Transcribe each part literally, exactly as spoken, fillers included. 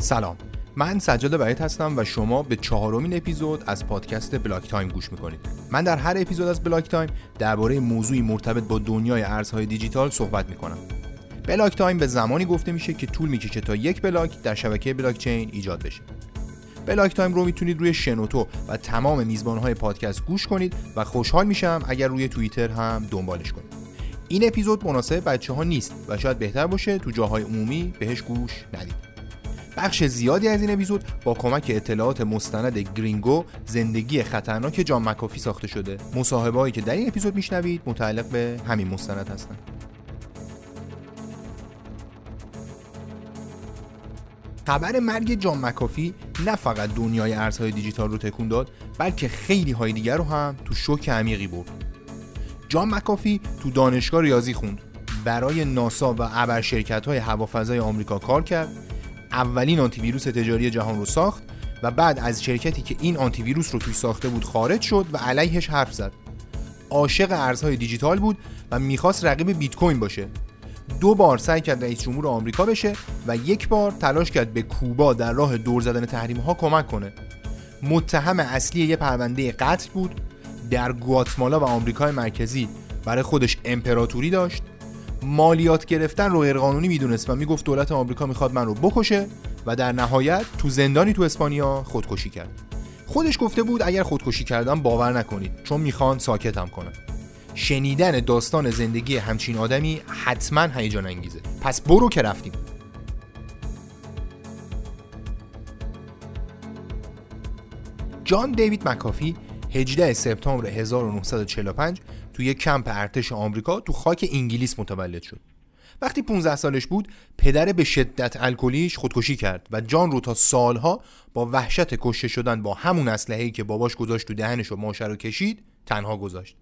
سلام، من سجاد وحید هستم و شما به چهارمین اپیزود از پادکست بلاک تایم گوش میکنید. من در هر اپیزود از بلاک تایم درباره موضوعی مرتبط با دنیای ارزهای دیجیتال صحبت میکنم. بلاک تایم به زمانی گفته میشه که طول میکشه تا یک بلاک در شبکه بلاک چین ایجاد بشه. بلاک تایم رو میتونید روی شنوتو و تمام میزبانهای پادکست گوش کنید و خوشحال میشم اگر روی توییتر هم دنبالش کنید. این اپیزود مناسب بچه‌ها نیست و شاید بهتر باشه تو جاهای عمومی بهش گوش ندید. بخش زیادی از این اپیزود با کمک اطلاعات مستند گرینگو زندگی خطرناک جان مکافی ساخته شده. مصاحبه‌هایی که در این اپیزود میشنوید متعلق به همین مستند هستند. خبر مرگ جان مکافی نه فقط دنیای ارزهای دیجیتال رو تکون داد، بلکه خیلی های دیگر رو هم تو شوک عمیقی برد. جان مکافی تو دانشگاه ریاضی خوند، برای ناسا و ابرشرکت‌های هوافضای آمریکا کار کرد، اولین آنتی ویروس تجاری جهان رو ساخت و بعد از شرکتی که این آنتی ویروس رو توی ساخته بود خارج شد و علیهش حرف زد. عاشق ارزهای دیجیتال بود و میخواست رقیب بیت کوین باشه. دو بار سعی کرد رئیس جمهور آمریکا بشه و یک بار تلاش کرد به کوبا در راه دور زدن تحریم‌ها کمک کنه. متهم اصلی یه پرونده قتل بود. در گواتمالا و آمریکای مرکزی برای خودش امپراتوری داشت. مالیات گرفتن رو غیرقانونی میدونست و میگفت دولت آمریکا میخواد من رو بکشه و در نهایت تو زندانی تو اسپانیا خودکشی کرد. خودش گفته بود اگر خودکشی کردم باور نکنید چون میخوان ساکتم کنن. شنیدن داستان زندگی همچین آدمی حتما هیجان انگیزه. پس برو که رفتیم. جان دیوید مکافی هجدهم سپتامبر هزار و نهصد و چهل و پنج توی یک کمپ ارتش آمریکا تو خاک انگلیس متولد شد. وقتی پانزده سالش بود، پدر به شدت الکلیش خودکشی کرد و جان رو تا سالها با وحشت کشته شدن با همون اسلحه‌ای که باباش گذاشت تو دهنش و ماشه رو کشید، تنها گذاشت.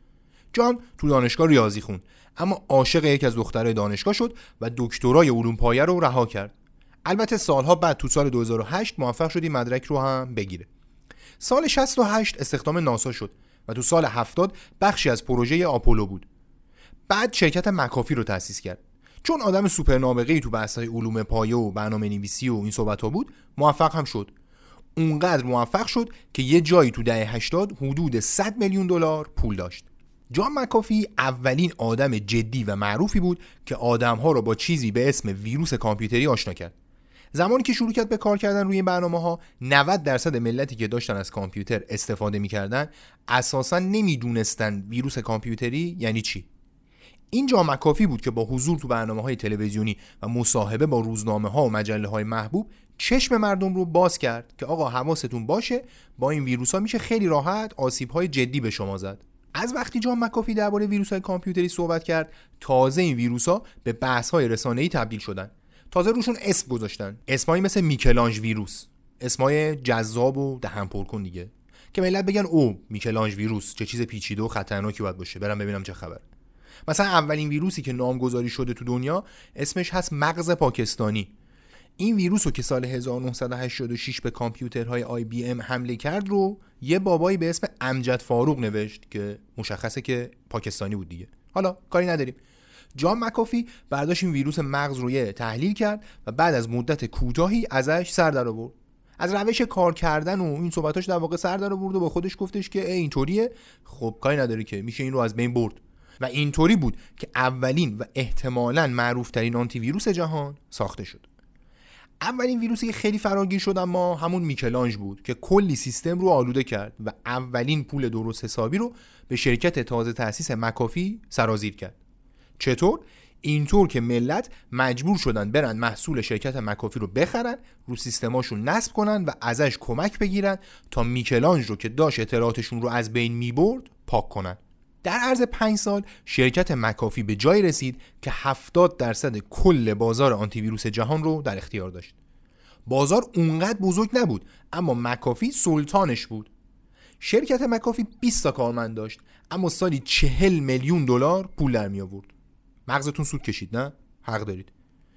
جان تو دانشگاه ریاضی خوند، اما عاشق یکی از دخترای دانشگاه شد و دکترای علوم پایه رو رها کرد. البته سالها بعد تو سال دو هزار و هشت موفق شد این مدرک رو هم بگیره. سال شصت و هشت استخدام ناسا شد و تو سال هفتاد بخشی از پروژه آپولو بود. بعد شرکت مکافی رو تأسیس کرد. چون آدم سوپر نابغه‌ای تو بحث‌های علوم پایه و برنامه‌نویسی و این صحبت‌ها بود، موفق هم شد. اونقدر موفق شد که یه جایی تو دهه هشتاد حدود صد میلیون دلار پول داشت. جان مکافی اولین آدم جدی و معروفی بود که آدم‌ها رو با چیزی به اسم ویروس کامپیوتری آشنا کرد. زمانی که شروع کرد به کار کردن روی این برنامه‌ها، نود درصد ملتی که داشتن از کامپیوتر استفاده می‌کردن اساساً نمی‌دونستن ویروس کامپیوتری یعنی چی. این جان مکافی بود که با حضور تو برنامه‌های تلویزیونی و مصاحبه با روزنامه‌ها و مجله‌های محبوب چشم مردم رو باز کرد که آقا حواستون باشه، با این ویروس‌ها میشه خیلی راحت آسیب‌های جدی به شما زد. از وقتی جان مکافی درباره ویروس‌های کامپیوتری صحبت کرد، تازه این ویروس‌ها به بحث‌های رسانه‌ای تبدیل شدن. تازه روشون اسم گذاشتن، اسمایی مثل میکلانژ ویروس، اسمای جذاب و دهن پرکن دیگه، که ملت بگن او میکلانژ ویروس چه چیز پیچیده و خطرناکی باید باشه، برم ببینم چه خبر. مثلا اولین ویروسی که نامگذاری شده تو دنیا اسمش هست مغز پاکستانی. این ویروس رو که سال هزار و نهصد و هشتاد و شش به کامپیوترهای آی بی ام حمله کرد رو یه بابایی به اسم امجد فاروق نوشت که مشخصه که پاکستانی بود دیگه. حالا کاری نداریم. جان مکافی برداشت این ویروس مغز رو یه تحلیل کرد و بعد از مدت کوتاهی ازش سر در آورد. از روش کار کردن و این صحبتاش در واقع سر در آورد و با خودش گفتش که ای اینطوریه، خب کاری نداره که میشه این رو از بین برد. و اینطوری بود که اولین و احتمالاً معروف‌ترین آنتی ویروس جهان ساخته شد. اولین ویروسی که خیلی فراگیر شد اما همون میکلانژ بود که کلی سیستم رو آلوده کرد و اولین پول درست حسابی رو به شرکت تازه تأسیس مکافی سرازیر کرد. چطور؟ اینطور که ملت مجبور شدن برن محصول شرکت مکافی رو بخرن، رو سیستماشون نصب کنن و ازش کمک بگیرن تا میکلانژ رو که داشت اطلاعاتشون رو از بین میبرد پاک کنن. در عرض پنج سال شرکت مکافی به جای رسید که هفتاد درصد کل بازار آنتی ویروس جهان رو در اختیار داشت. بازار اونقدر بزرگ نبود اما مکافی سلطانش بود. شرکت مکافی بیست تا کارمند داشت اما سالی چهل میلیون دلار پول در می آورد. مغزتون سود کشید نه؟ حق دارید.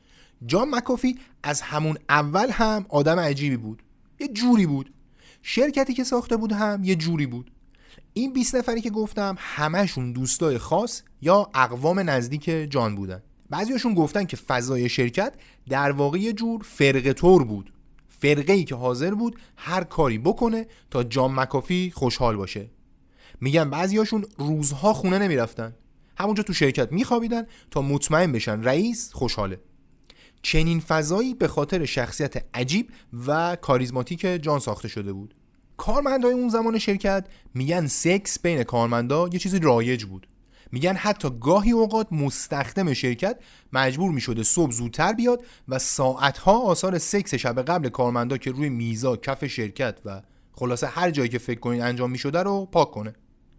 جان مکافی از همون اول هم آدم عجیبی بود. یه جوری بود. شرکتی که ساخته بود هم یه جوری بود. این بیست نفری که گفتم همشون دوستای خاص یا اقوام نزدیک جان بودن. بعضیاشون گفتن که فضای شرکت در واقع یه جور فرقه طور بود فرقه‌ای که حاضر بود هر کاری بکنه تا جان مکافی خوشحال باشه. میگن بعضیاشون روزها خونه نمیرفتن، همونجا تو شرکت میخوابیدن تا مطمئن بشن رئیس خوشحاله. چنین فضایی به خاطر شخصیت عجیب و کاریزماتیک جان ساخته شده بود. کارمندای اون زمان شرکت میگن سکس بین کارمندا یه چیزی رایج بود. میگن حتی گاهی اوقات مستخدم شرکت مجبور میشده صبح زودتر بیاد و ساعتها آثار سکس شب قبل کارمندا که روی میزا، کف شرکت و خلاصه هر جایی که فکر کنین انجام میشده رو پاک کنه.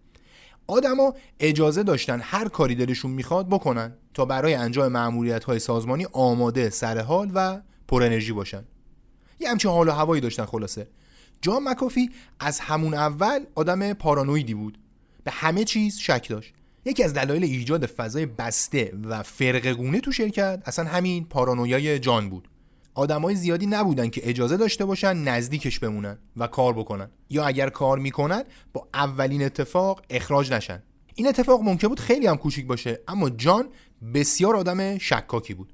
آدما اجازه داشتن هر کاری دلشون میخواد بکنن تا برای انجام مأموریت‌های سازمانی آماده، سرحال و پر انرژی باشن. یه همچین حال و هوایی داشتن. خلاصه جان مکافی از همون اول آدم پارانویدی بود، به همه چیز شک داشت. یکی از دلایل ایجاد فضای بسته و فرقه‌گونه تو شرکت اصلا همین پارانویای جان بود. آدمای زیادی نبودن که اجازه داشته باشن نزدیکش بمونن و کار بکنن، یا اگر کار میکنن با اولین اتفاق اخراج نشن. این اتفاق ممکن بود خیلی هم کوچیک باشه، اما جان بسیار آدم شکاکی بود.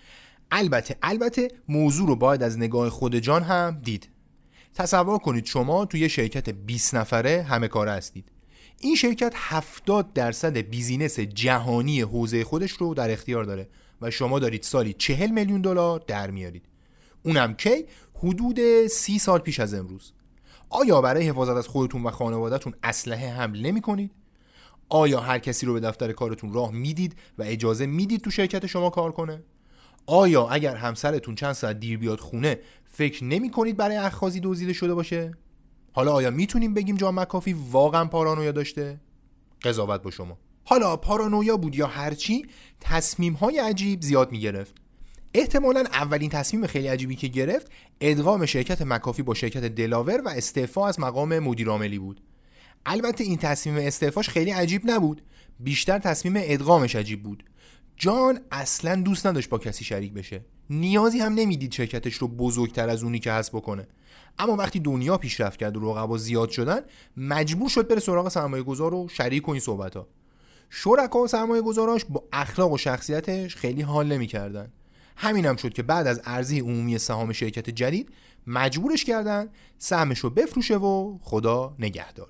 البته البته موضوع رو باید از نگاه خود جان هم دید. تصور کنید شما توی شرکت بیست نفره همه کاره هستید. این شرکت هفتاد درصد بیزینس جهانی حوزه خودش رو در اختیار داره و شما دارید سالی چهل میلیون دلار در میارید. اونم کی؟ حدود سی سال پیش از امروز. آیا برای حفاظت از خودتون و خانواده‌تون اسلحه حمل نمی کنید؟ آیا هر کسی رو به دفتر کارتون راه میدید و اجازه میدید تو شرکت شما کار کنه؟ آیا اگر همسرتون چند ساعت دیر بیاد خونه فکر نمی کنید برای اخاذی دزدیده شده باشه؟ حالا آیا میتونیم بگیم جان مکافی واقعا پارانویا داشته؟ قضاوت با شما. حالا پارانویا بود یا هرچی، تصمیم‌های عجیب زیاد می‌گرفت. احتمالاً اولین تصمیم خیلی عجیبی که گرفت ادغام شرکت مکافی با شرکت دلاور و استعفا از مقام مدیر عاملی بود. البته این تصمیم استعفاش خیلی عجیب نبود، بیشتر تصمیم ادغامش عجیب بود. جان اصلاً دوست نداشت با کسی شریک بشه، نیازی هم نمیدید شرکتش رو بزرگتر از اونی که هست بکنه. اما وقتی دنیا پیشرفت کرد و رقبا زیاد شدن، مجبور شد بره سراغ سرمایه‌گذار و شریک و این صحبت‌ها. شرکا و سرمایه‌گذاراش با اخلاق و شخصیتش خیلی حال نمی‌کردن. همین هم شد که بعد از عرضه عمومی سهام شرکت جدید مجبورش کردن سهمش رو بفروشه و خدا نگهدار.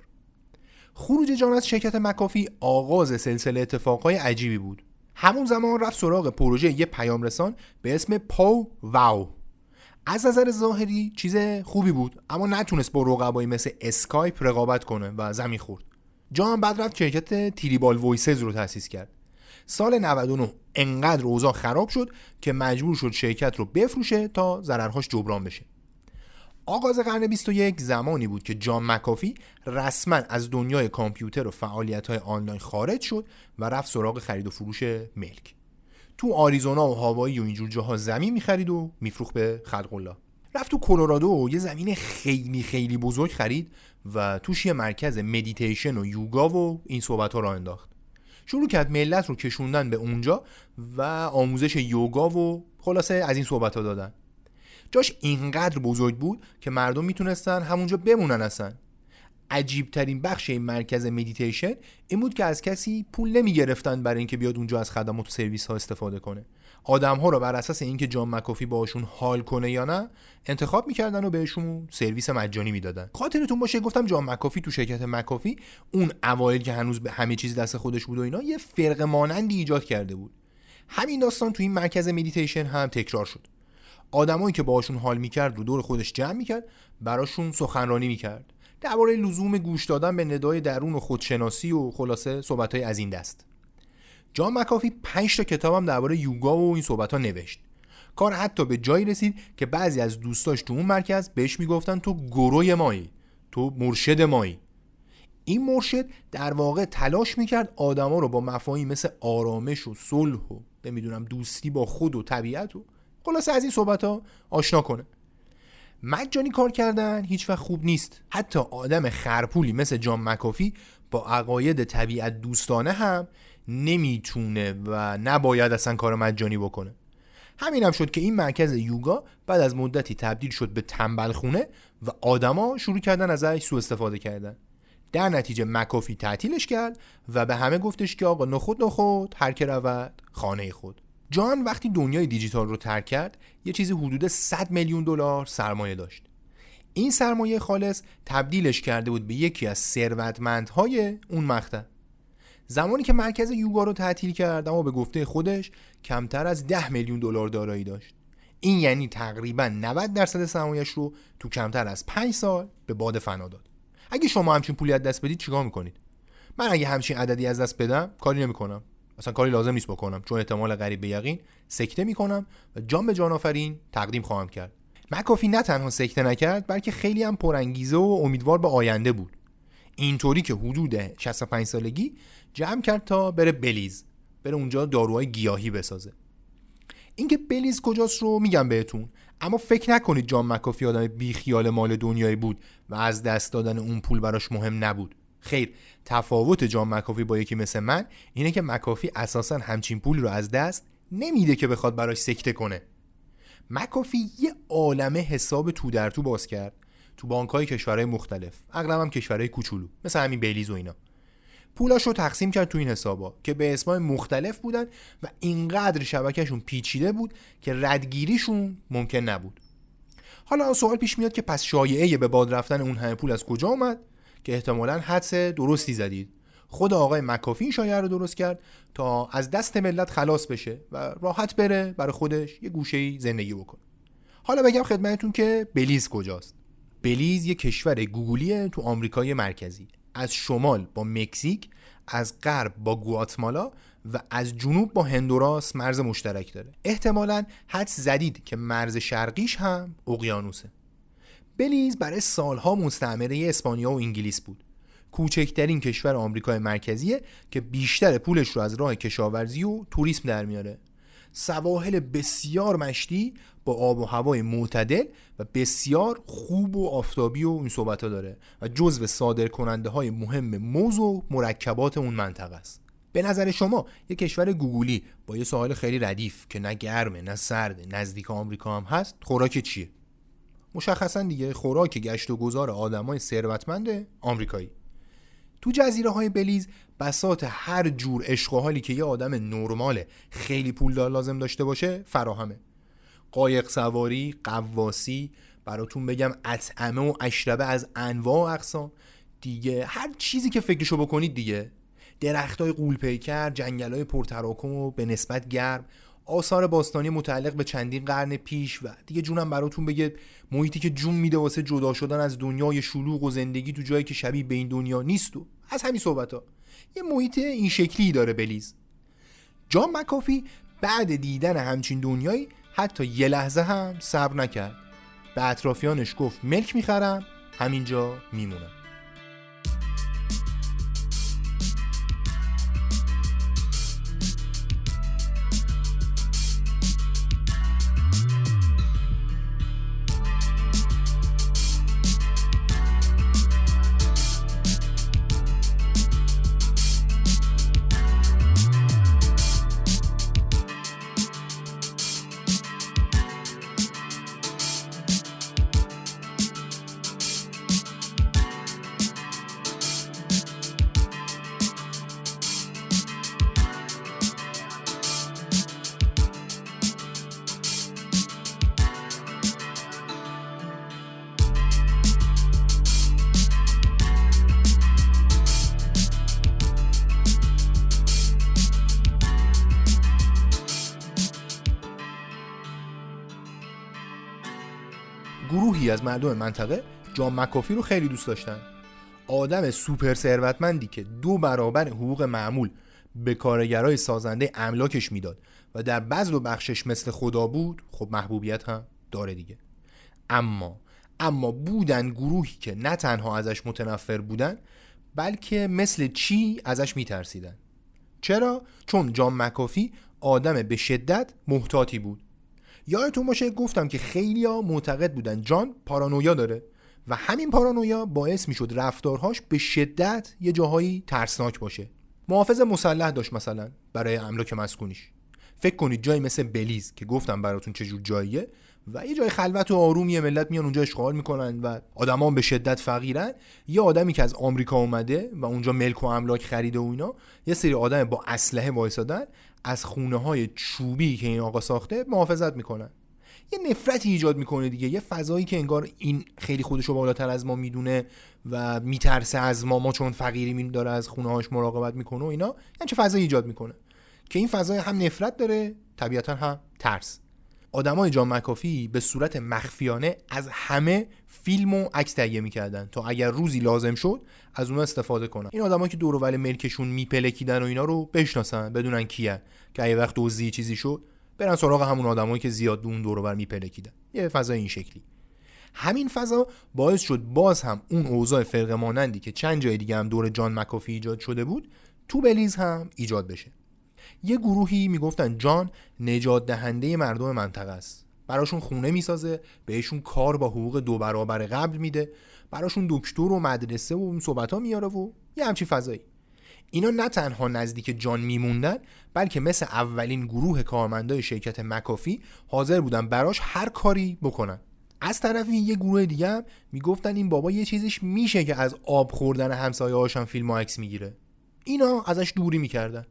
خروج جان از شرکت مکافی آغاز سلسله اتفاقای عجیبی بود. همون زمان رفت سراغ پروژه یه پیام رسان به اسم پاو واو. از نظر ظاهری چیز خوبی بود، اما نتونست با رقبایی مثل اسکایپ رقابت کنه و زمین خورد. جان بعد رفت شرکت تریبال وایسز رو تأسیس کرد. سال نود و نه انقدر اوضاع خراب شد که مجبور شد شرکت رو بفروشه تا ضررهاش جبران بشه. آغاز قرن بیست و یک زمانی بود که جان مکافی رسما از دنیای کامپیوتر و فعالیت‌های آنلاین خارج شد و رفت سراغ خرید و فروش ملک. تو آریزونا و هاوایی و اینجور جاها زمین می‌خرید و میفروخت به خلق الله. رفت تو کلرادو و یه زمین خیلی خیلی بزرگ خرید و توش یه مرکز مدیتیشن و یوگا و این صحبت‌ها را انداخت. شروع کرد ملت رو کشوندن به اونجا و آموزش یوگا و خلاصه از این صحبت‌ها دادن. جاش اینقدر بزرگ بود که مردم میتونستن همونجا بمونن. اصلا عجیب ترین بخش این مرکز مدیتیشن این بود که از کسی پول نمیگرفتن برای اینکه بیاد اونجا از خدمات و سرویس ها استفاده کنه. آدم ها رو بر اساس اینکه جان مکافی باهاشون حال کنه یا نه انتخاب میکردن و بهشون سرویس مجانی میدادن. خاطرتون باشه گفتم جان مکافی تو شرکت مکافی اون اوایل که هنوز به همه چیز دست خودش بود و اینا یه فرق مانندی ایجاد کرده بود. همین داستان تو این مرکز مدیتیشن هم تکرار شد. آدمایی که باهاشون حال میکرد رو دور خودش جمع میکرد، براشون سخنرانی میکرد درباره لزوم گوش دادن به ندای درون و خودشناسی و خلاصه صحبت‌های از این دست. جان مکافی پنج تا کتابم درباره یوگا و این صحبت‌ها نوشت. کار حتی به جایی رسید که بعضی از دوستاش تو اون مرکز بهش میگفتن تو گروی مایی، تو مرشد مایی. این مرشد در واقع تلاش میکرد آدما رو با مفاهیم مثل آرامش و صلح و نمیدونم دوستی با خود و طبیعت و خلاصه از این صحبت‌ها آشنا کنه. مجانی کار کردن هیچ وقت خوب نیست. حتی آدم خرپولی مثل جان مکافی با عقاید طبیعت دوستانه هم نمیتونه و نباید اصلا کار مجانی بکنه. همین هم شد که این مرکز یوگا بعد از مدتی تبدیل شد به تنبلخونه و آدما شروع کردن ازش سوء استفاده کردن. در نتیجه مکافی تعطیلش کرد و به همه گفتش که آقا نخود نخود هر که رود خانه خود. جان وقتی دنیای دیجیتال رو ترک کرد یه چیزی حدود صد میلیون دلار سرمایه داشت. این سرمایه خالص تبدیلش کرده بود به یکی از ثروتمندهای اون مقطع. زمانی که مرکز یوگا رو تعطیل کرد اما به گفته خودش کمتر از ده میلیون دلار دارایی داشت. این یعنی تقریباً نود درصد سرمایه‌اش رو تو کمتر از پنج سال به باد فنا داد. اگه شما همچین پولی از دست بدید چیکار میکنید؟ من اگه همچین عددی از دست بدم کاری نمیکنم. اصلا کاری لازم نیست بکنم، چون احتمال قریب به یقین سکته میکنم و جان به جان آفرین تقدیم خواهم کرد. مکافی نه تنها سکته نکرد بلکه خیلی هم پرانگیزه و امیدوار به آینده بود. اینطوری که حدود شصت و پنج سالگی جمع کرد تا بره بلیز، بره اونجا داروهای گیاهی بسازه. اینکه بلیز کجاست رو میگم بهتون، اما فکر نکنید جان مکافی آدم بی خیال مال دنیایی بود و از دست دادن اون پول براش مهم نبود. خیر، تفاوت جان مکافی با یکی مثل من اینه که مکافی اساساً همچین پول رو از دست نمیده که بخواد براش سکته کنه. مکافی یه عالمه حساب تو در تو باز کرد تو بانک‌های کشورهای مختلف، اغلب هم کشورهای کوچولو مثل همین بلیز و اینا. پولاشو تقسیم کرد تو این حسابا که به اسمای مختلف بودن و اینقدر شبکهشون پیچیده بود که ردگیریشون ممکن نبود. حالا سوال پیش میاد که پس شایعه به باد رفتن اون همه پول از کجا اومد؟ که احتمالاً حدس درستی زدید. خود آقای مکافی این شایعه رو درست کرد تا از دست ملت خلاص بشه و راحت بره برای خودش یه گوشه‌ای زندگی بکنه. حالا بگم خدمتتون که بلیز کجاست. بلیز یه کشور گوگلیه تو آمریکای مرکزی. از شمال با مکزیک، از غرب با گواتمالا و از جنوب با هندوراس مرز مشترک داره. احتمالاً حدس زدید که مرز شرقیش هم اقیانوسه. بلیز برای سالها مستعمره اسپانیا و انگلیس بود. کوچکترین کشور آمریکای مرکزیه که بیشتر پولش رو از راه کشاورزی و توریسم در میاره. سواحل بسیار مشتی با آب و هوای معتدل و بسیار خوب و آفتابی و این صحبت‌ها داره و جزو صادرکننده های مهم موز و مرکبات اون منطقه است. به نظر شما یک کشور گوگلی با یه ساحل خیلی ردیف که نه گرمه نه سرده، نزدیک آمریکا هم هست، خوراک چیه؟ مشخصا دیگه خوراک گشت و گذار آدمای ثروتمند آمریکایی. تو جزیره های بلیز بساط هر جور عشق و حالی که یه آدم نرمال خیلی پولدار لازم داشته باشه فراهمه. قایق سواری، قواسی، براتون بگم اطعمه و اشربه از انواع و اقسام، دیگه هر چیزی که فکرشو بکنید دیگه. درختای غول‌پیکر، جنگلای پرتراکم و به نسبت گرم، آثار باستانی متعلق به چندین قرن پیش و دیگه جونم براتون بگه محیطی که جون میده واسه جدا شدن از دنیای شلوغ و زندگی تو جایی که شبیه به این دنیا نیست و از همین صحبت‌ها. یه محیط این شکلی داره بلیز. جان مکافی بعد دیدن همچین دنیایی حتی یه لحظه هم صبر نکرد. به اطرافیانش گفت ملک میخرم، همینجا میمونم. گروهی از مردم منطقه جان مکافی رو خیلی دوست داشتن. آدم سوپر ثروتمندی که دو برابر حقوق معمول به کارگرای سازنده املاکش میداد و در بذل و بخشش مثل خدا بود، خب محبوبیت هم داره دیگه. اما اما بودن گروهی که نه تنها ازش متنفر بودن بلکه مثل چی ازش میترسیدن. چرا؟ چون جان مکافی آدم به شدت محتاطی بود. یادتون باشه گفتم که خیلیا معتقد بودن جان پارانویا داره و همین پارانویا باعث میشد رفتارهاش به شدت یه جاهایی ترسناک باشه. محافظ مسلح داشت مثلا برای املاک مسکونیش. فکر کنید جایی مثل بلیز که گفتم براتون چه جور جاییه و یه جای خلوت و آرومیه، ملت میان اونجا اشغال میکنن و آدما به شدت فقیرن. یه آدمی که از آمریکا اومده و اونجا ملک و املاک خریده و اینا، یه سری آدم با اسلحه وایسادن از خونه‌های چوبی که این آقا ساخته محافظت میکنن. یه نفرتی ایجاد میکنه دیگه، یه فضایی که انگار این خیلی خودشو بالاتر از ما میدونه و میترسه از ما، ما چون فقیری داره از خونه‌هاش مراقبت میکنه و اینا. یعنی چه فضایی ایجاد میکنه که این فضای هم نفرت داره، طبیعتا هم ترس. آدمای جان مکافی به صورت مخفیانه از همه فیلم و عکس تهیه میکردن تا اگر روزی لازم شد از اون استفاده کنن. این آدمایی که دور و بر ملکشون میپلکیدن و اینا رو بشناسن، بدونن کیه، که اگه وقت دزدی چیزی شد برن سراغ همون آدمایی که زیاد اون دور و بر میپلکیدن. یه فضای این شکلی. همین فضا باعث شد باز هم اون اوضاع فرقه مانندی که چند جای دیگه هم دور جان مکافی ایجاد شده بود تو بلیز هم ایجاد بشه. یه گروهی میگفتن جان نجات دهنده مردم منطقه است، براشون خونه میسازه، بهشون کار با حقوق دو برابر قبل میده، براشون دکتر و مدرسه و اون صحبت‌ها میاره و یه همچین فضایی. اینا نه تنها نزدیک جان میموندن، بلکه مثل اولین گروه کارمندای شرکت مکافی حاضر بودن براش هر کاری بکنن. از طرفی یه گروه دیگه هم میگفتن این بابا یه چیزیش میشه که از آب خوردن همسایه‌هاش هم فیلم و عکس میگیره. اینا ازش دوری میکردن.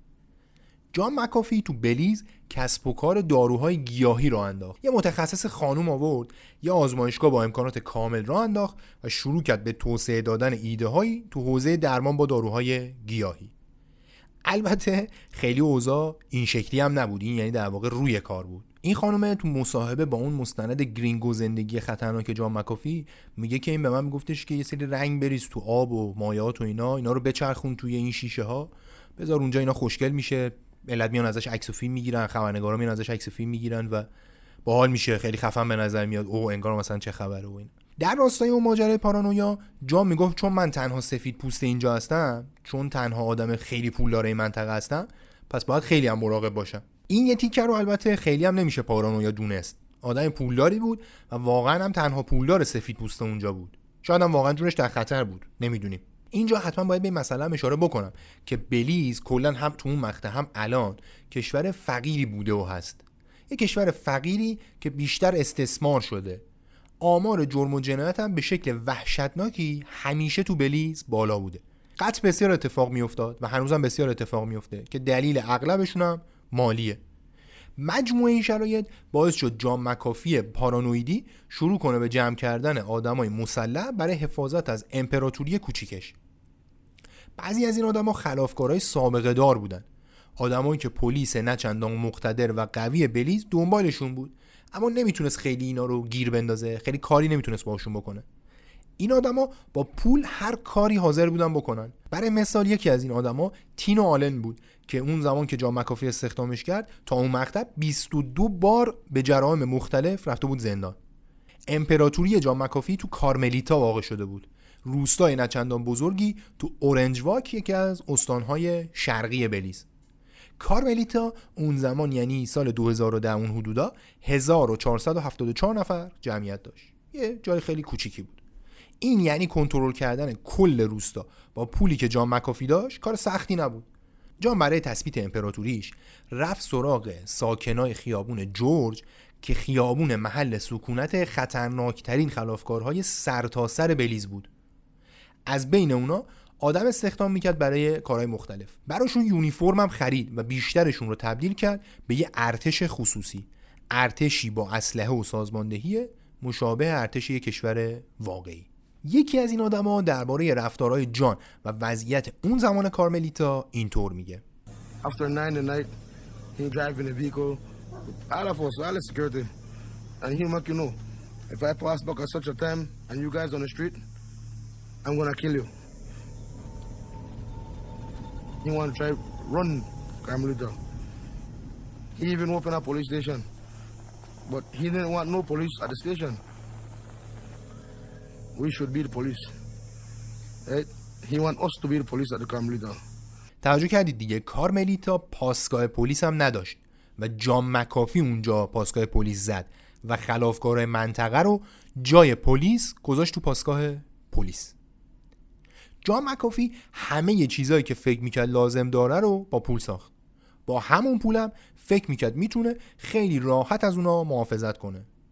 جان مکافی تو بلیز کسب و کار داروهای گیاهی راه انداخت. یه متخصص خانوم آورد، یه آزمایشگاه با امکانات کامل راه انداخت و شروع کرد به توسعه دادن ایده‌هایی تو حوزه درمان با داروهای گیاهی. البته خیلی اوضاع این شکلی هم نبود، این یعنی در واقع روی کار بود. این خانم تو مصاحبه با اون مستند گرینگو زندگی خطرناک جان مکافی میگه که این به من میگفتش که یه سری رنگ بریز تو آب و مایعات و اینا، اینا رو بچرخون توی این شیشه ها، بذار اونجا، اینا خوشگل میشه، ملت میان ازش عکس و فیلم میگیرن، خبرنگارا میان ازش عکس و فیلم میگیرن و باحال میشه، خیلی خفن به نظر میاد، او انگار مثلا چه خبره و این. در راستای اون ماجرای پارانویا جان میگفت چون من تنها سفید پوست اینجا هستم، چون تنها آدم خیلی پولدار این منطقه هستم، پس باید خیلی هم مراقب باشم. این یه تیکه رو البته خیلی هم نمیشه پارانویا دونست. آدم پولداری بود و واقعا هم تنها پولدار سفید پوست اونجا بود. شاید هم واقعا جونش در خطر بود، نمیدونیم. اینجا حتما باید به این مسئله هم اشاره بکنم که بلیز کلا هم تو اون مقطع هم الان کشور فقیری بوده و هست. یه کشور فقیری که بیشتر استثمار شده. آمار جرم و جنایت هم به شکل وحشتناکی همیشه تو بلیز بالا بوده. قتل بسیار اتفاق میافتاد و هنوزم بسیار اتفاق میفته که دلیل اغلبشون هم مالیه. مجموعه این شرایط باعث شد جان مکافی پارانویدی شروع کنه به جمع کردن آدمای مسلح برای حفاظت از امپراتوری کوچیکش. بعضی از این آدما خلافکارای سابقه دار بودن، آدمایی که پلیس نه چندان مقتدر و قوی بلیز دنبالشون بود، اما نمیتونست خیلی اینا رو گیر بندازه، خیلی کاری نمیتونست باشون بکنه. این آدما با پول هر کاری حاضر بودن بکنن. برای مثال یکی از این آدما تینو آلن بود که اون زمان که جان مکافی استخدامش کرد تا اون مقطع بیست و دو بار به جرائم مختلف رفته بود زندان. امپراتوری جان مکافی تو کارملیتا واقع شده بود، روستای نچندان بزرگی تو اورنج واک، یکی از استانهای شرقی بلیز. کارملیتا اون زمان یعنی سال دو هزار و ده اون حدودا هزار و چهارصد و هفتاد و چهار نفر جمعیت داشت. یه جای خیلی کوچیکی بود. این یعنی کنترل کردن کل روستا با پولی که جان مکافی داشت کار سختی نبود. جان برای تثبیت امپراتوریش رفت سراغ ساکنای خیابون جورج که خیابون محل سکونت خطرناکترین خلافکارهای سرتاسر بلیز بود. از بین اونا آدم استخدام میکرد برای کارهای مختلف. براشون یونیفرم هم خرید و بیشترشون رو تبدیل کرد به یه ارتش خصوصی، ارتشی با اسلحه و سازماندهی مشابه ارتش یک کشور واقعی. یکی از این آدما درباره رفتارهای جان و وضعیت اون زمان کارملیتا اینطور میگه: After nine at night, he driving a vehicle, all of us, all the security, and he make you know, if I pass back at such a time and you guys on the street, I'm gonna kill you. He want to try run Carmelita. He even opened a police station, but he didn't want no police at the station. We should be the police. Right? He want us to be the police at the Carmelita. توجه کردید دیگه، کارملیتا پاسگاه پلیس هم نداشت و جان مکافی اونجا پاسگاه پلیس زد و خلافکارای منطقه رو جای پلیس گذاشت تو پاسگاه پلیس. جان مکافی همه ی چیزایی که فکر میکرد لازم داره رو با پول ساخت. با همون پولم فکر میکرد میتونه خیلی راحت از اونا محافظت کنه.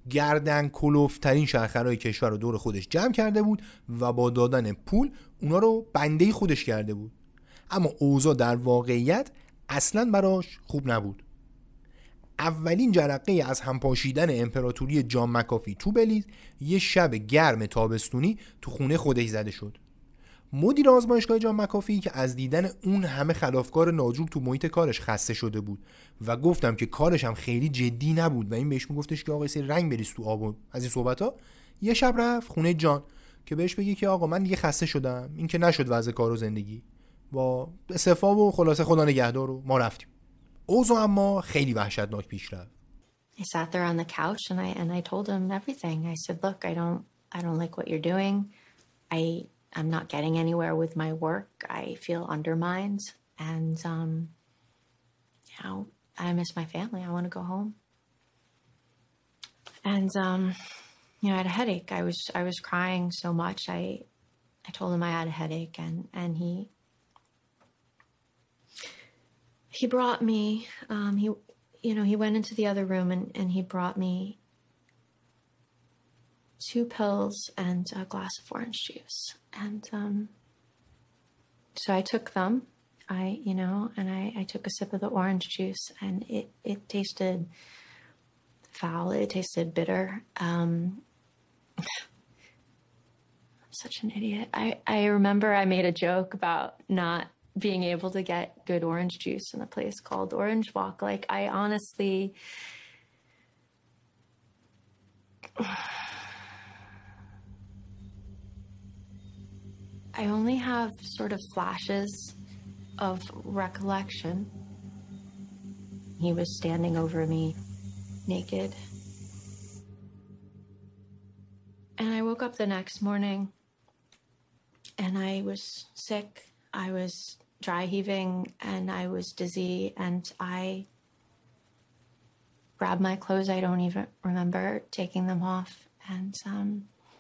گردن کلوفترین شهرخرای کشور رو دور خودش جمع کرده بود و با دادن پول اونا رو بنده خودش کرده بود. اما اوضاع در واقعیت اصلاً براش خوب نبود. اولین جرقه از همپاشیدن امپراتوری جان مکافی تو بلیز یه شب گرم تابستونی تو خونه خودش زده شد. مدیر آزمایشگاه جان مکافی که از دیدن اون همه خلافکار ناجور تو محیط کارش خسته شده بود و گفتم که کارش هم خیلی جدی نبود و این بهش میگفتش که آقا سری رنگ بریز تو آب، از این صحبت‌ها، یه شب رفت خونه جان که بهش بگه که آقا من دیگه خسته شدم، این که نشد وضع کار و زندگی، با استعفا و خلاصه خدا نگهدار و ما رفتیم. اوضاع اما خیلی وحشتناک پیش رفت. I sat there on the couch and I and I told him everything. I said, "Look, I don't I don't like what you're doing. I I'm not getting anywhere with my work. I feel undermined and um you know, I miss my family. I want to go home." And um you know, I had a headache. I was I was crying so much. I I told him I had a headache and and he He brought me, um, he, you know, he went into the other room and, and he brought me two pills and a glass of orange juice. And um, so I took them, I, you know, and I, I took a sip of the orange juice and it, it tasted foul. It tasted bitter. Um, I'm such an idiot. I, I remember I made a joke about not being able to get good orange juice in a place called Orange Walk. Like, I honestly, I only have sort of flashes of recollection. He was standing over me, naked. And I woke up the next morning and I was sick. I was dry heaving and I was dizzy and I grabbed my clothes. I don't even remember taking them off. And um,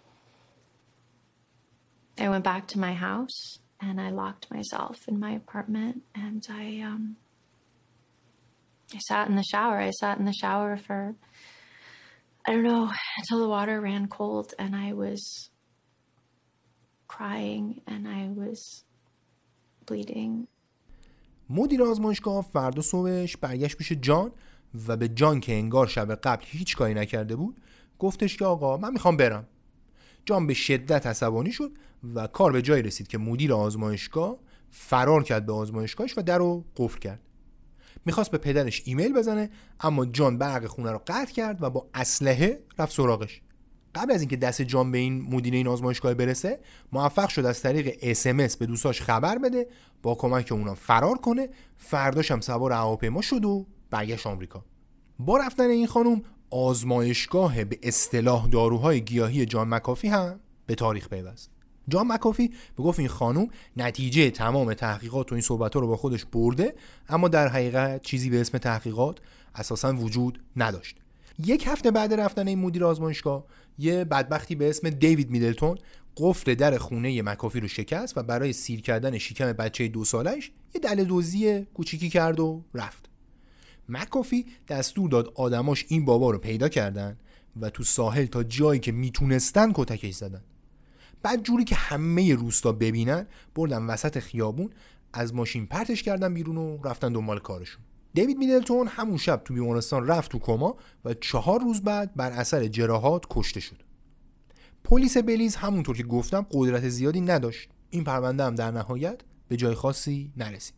I went back to my house and I locked myself in my apartment and I um, I sat in the shower. I sat in the shower for, I don't know, until the water ran cold and I was crying and I was bleeding. مدیر آزمایشگاه فردا صبحش برگشت پیش جان و به جان که انگار شب قبل هیچ کاری نکرده بود گفتش که آقا من میخوام برم. جان به شدت عصبانی شد و کار به جایی رسید که مدیر آزمایشگاه فرار کرد به آزمایشگاهش و در رو قفل کرد. میخواست به پدرش ایمیل بزنه اما جان برق خونه رو قطع کرد و با اسلحه رفت سراغش. قبل از اینکه دست جان به این مدیر این آزمایشگاه برسه موفق شد از طریق اس ام اس به دوستاش خبر بده با کمک اونا فرار کنه. فرداش هم سوار هواپیما شد و برگشت آمریکا. با رفتن این خانم آزمایشگاه به اصطلاح داروهای گیاهی جان مکافی هم به تاریخ پیوست. جان مکافی به گفت این خانم نتیجه تمام تحقیقات و این صحبت‌ها رو با خودش برده اما در حقیقت چیزی به اسم تحقیقات اساساً وجود نداشت. یک هفته بعد رفتن این مدیر آزمایشگاه یه بدبختی به اسم دیوید میدلتون قفل در خونه مکافی رو شکست و برای سیر کردن شکم بچه دو سالش یه دل دزدی کوچیکی کرد و رفت. مکافی دستور داد آدماش این بابا رو پیدا کردن و تو ساحل تا جایی که میتونستن کتکش زدن. بعد جوری که همه روستا ببینن بردن وسط خیابون از ماشین پرتش کردن بیرون و رفتن دنبال کارشون. دیوید میدلتون همون شب تو بیمارستان رفت تو کما و چهار روز بعد بر اثر جراحات کشته شد. پلیس بلیز همونطور که گفتم قدرت زیادی نداشت. این پرونده هم در نهایت به جای خاصی نرسید.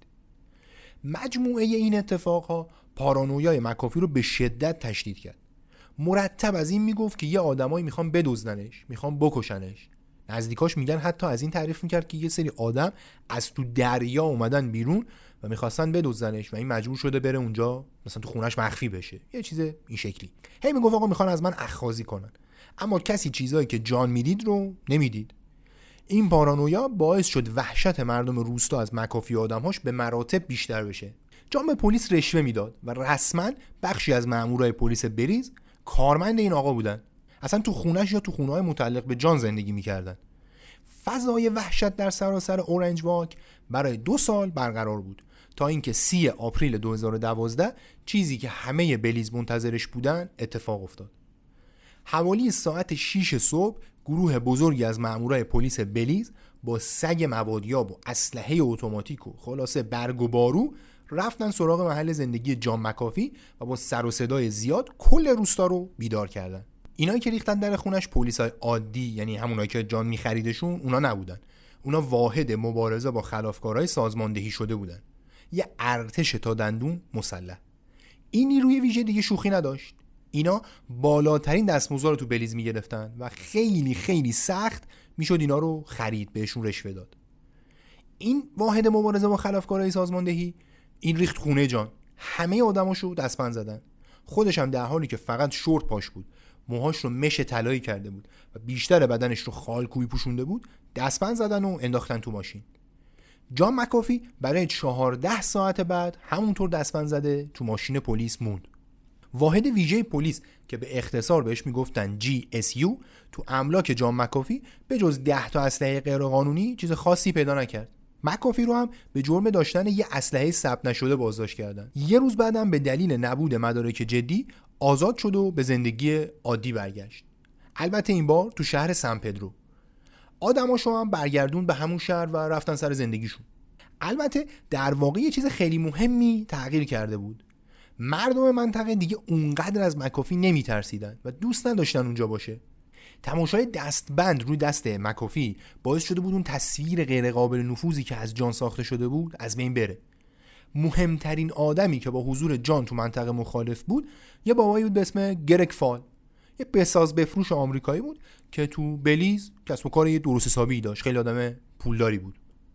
مجموعه این اتفاقها پارانویای مکافی رو به شدت تشدید کرد. مرتب از این میگفت که یه آدمایی میخوان بدزدنش، میخوان بکشنش. نزدیکاش میگن حتی از این تعریف میکرد که یه سری آدم از تو دریا اومدن بیرون و میخواستن بدزدنش و این مجبور شده بره اونجا مثلا تو خونش مخفی بشه، یه چیز این شکلی. هی میگفت آقا میخوان از من اخاذی کنن، اما کسی چیزایی که جان میدید رو نمیدید. این پارانویا باعث شد وحشت مردم روستا از مکافی و آدمهاش به مراتب بیشتر بشه. جان به پلیس رشوه میداد و رسما بخشی از مامورای پلیس بریز کارمند این آقا بودن. اصلا تو خونش یا تو خونه‌های متعلق به جان زندگی میکردن. فضای وحشت در سراسر اورنج واک برای دو سال برقرار بود تا اینکه سی آپریل دو هزار و دوازده چیزی که همه بلیز منتظرش بودن اتفاق افتاد. حوالی ساعت شش صبح گروه بزرگی از مامورای پلیس بلیز با سگ موادیاب و اسلحه اتوماتیک و خلاصه برگ و بارو رفتن سراغ محل زندگی جان مکافی و با سر و صدای زیاد کل روستا رو بیدار کردن. اینایی که ریختن در خونش پلیسای عادی، یعنی همونایی که جان می‌خریدشون، اونا نبودن. اونا واحد مبارزه با خلافکارای سازماندهی شده بودن. یه ارتش تا دندون مسلح. این نیروی ویژه دیگه شوخی نداشت. اینا بالاترین دستمزد رو تو بلیز میگرفتن و خیلی خیلی سخت میشد اینا رو خرید، بهشون رشوه داد. این واحد مبارزه با خلافکارای سازماندهی این ریخت خونه جان، همه آدماشو دستبند زدن. خودش هم در حالی که فقط شورت پاش بود، موهاش رو مش طلایی کرده بود و بیشتر بدنش رو خالکوبی پوشونده بود، دستبند زدن و انداختن تو ماشین. جان مکافی برای چهارده ساعت بعد همونطور دستبند زده تو ماشین پلیس موند. واحد ویژه پلیس که به اختصار بهش میگفتن جی اس یو تو املاک جان مکافی به جز ده تا اسلحه غیرقانونی چیز خاصی پیدا نکرد. مکافی رو هم به جرم داشتن یه اسلحه ثبت نشده بازداشت کردن. یه روز بعدم به دلیل نبود مدارک جدی آزاد شد و به زندگی عادی برگشت. البته این بار تو شهر سن پدرو. آدماشو هم برگردون به همون شهر و رفتن سر زندگیشون. البته در واقع یه چیز خیلی مهمی تغییر کرده بود. مردم منطقه دیگه اونقدر از مکافی نمیترسیدن و دوست نداشتن اونجا باشه. تماشای دستبند روی دست مکافی باعث شده بود اون تصویر غیر قابل نفوذی که از جان ساخته شده بود از بین بره. مهمترین آدمی که با حضور جان تو منطقه مخالف بود یه بابایی بود به اسم گرگ فال، یه بساز بفروش آمریکایی بود که تو بلیز کسب و کار یه درست حسابی داشت، خیلی آدم پولداری بود.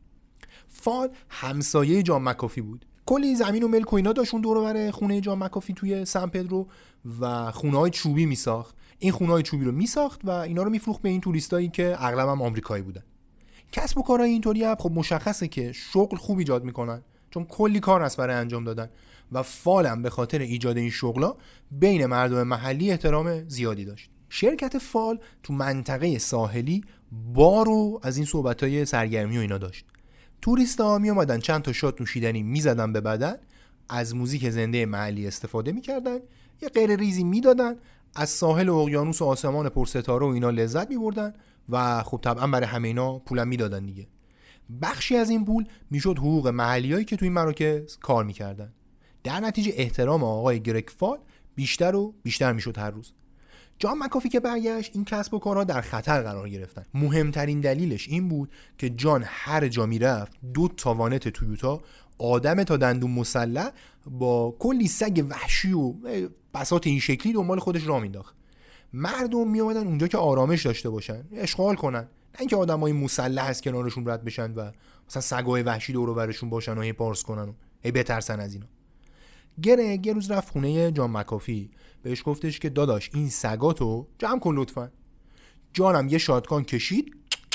فال همسایه جان مکافی بود، کلی زمین و ملک و اینا داشت اون دور و بر خونه جان مکافی توی سن پدرو و خونه‌های چوبی میساخت. این خونه‌های چوبی رو میساخت و اینا رو میفروخت به این توریستایی که اغلب هم آمریکایی بودن. کسب و کارهای اینطوری هم خب مشخصه که شغل خوب ایجاد میکنن، چون کلی کار هست برای انجام دادن و فالم به خاطر ایجاد این شغلا بین مردم محلی احترام زیادی داشت. شرکت فال تو منطقه ساحلی بارو از این صحبت‌های سرگرمی و اینا داشت. توریستا می اومدن چند تا شات نوشیدنی میزدن به بدن، از موزیک زنده محلی استفاده میکردن، یه غیر ریزی میدادن، از ساحل اقیانوس و آسمان پرستاره و اینا لذت میبردن و خب طبعا برای همه اینا پولم میدادن دیگه. بخشی از این پول میشد حقوق محلیایی که توی این مراکز کار میکردن. در نتیجه احترام آقای گرگ فال بیشتر و بیشتر میشد هر روز. جان مکافی که برگشت این کسب و کارها در خطر قرار گرفتن. مهمترین دلیلش این بود که جان هر جا میرفت دو تا وانت تویوتا آدم تا دندون مسلح با کلی سگ وحشی و بساط این شکلی دنبال خودش راه مینداخت. مردم می اومدن اونجا که آرامش داشته باشن، اشغال کنن، نه اینکه آدمای مسلح از کنارشون رد بشن و مثلا سگای وحشی دور و برشون باشن و هی پارس کنن و هی بترسن از اینا. گرگ یه روز رفت خونه جان مکافی، بهش گفتش که داداش این سگاتو جمع کن لطفا. جانم یه شاتگان کشید،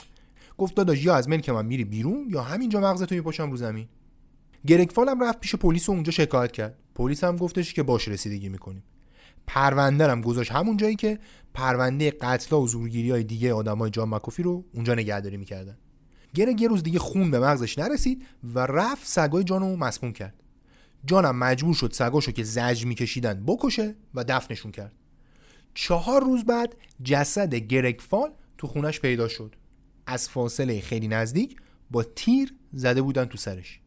گفت داداش یا از ملک من میری بیرون یا همینجا مغزتو میپاشم رو زمین. گرگ فالم رفت پیش پلیس و اونجا شکایت کرد. پلیس هم گفتش که باش رسیدگی میکنیم. پرونده هم گذاشت همون جایی که پرونده قتل‌ها و زورگیری‌های دیگه آدمای جان مکافی رو اونجا نگهداری میکردن. گرگ یه روز دیگه خون به مغزش نرسید و رفت سگای جانو مسموم کرد. جانم مجبور شد سگاشو که زجر میکشیدن بکشه و دفنشون کرد. چهار روز بعد جسد گرگ فال تو خونش پیدا شد. از فاصله خیلی نزدیک با تیر زده بودن تو سرش.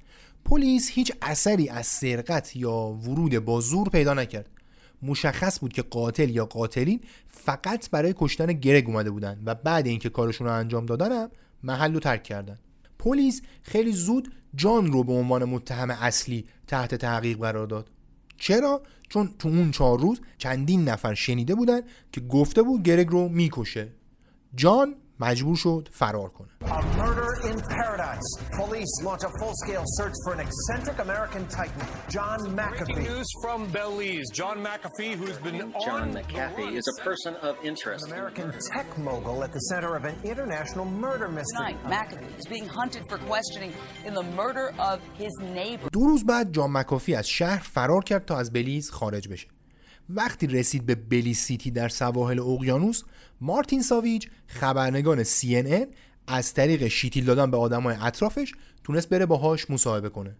پلیس هیچ اثری از سرقت یا ورود با زور پیدا نکرد. مشخص بود که قاتل یا قاتلین فقط برای کشتن گرگ اومده بودن و بعد اینکه کارشون رو انجام دادن هم محل رو ترک کردن. پلیس خیلی زود جان رو به عنوان متهم اصلی تحت تحقیق قرار داد. چرا؟ چون تو اون چهار روز چندین نفر شنیده بودن که گفته بود گرگ رو میکشه. جان مجبور شد فرار کنه. A murder in paradise. Police launch a full-scale search for an eccentric American titan, John McAfee. Breaking news from Belize. John McAfee, who's been John on McAfee is a person of interest. An American tech mogul at the center of an international murder mystery. Tonight, McAfee is being hunted for questioning in the murder of his neighbor. دو روز بعد جان مکافی از شهر فرار کرد تا از بلیز خارج بشه. وقتی رسید به بلیز سیتی در سواحل اقیانوس، مارتین ساویج خبرنگار سی ان ان از طریق شیتیل دادن به آدمای اطرافش تونست بره باهاش مصاحبه کنه.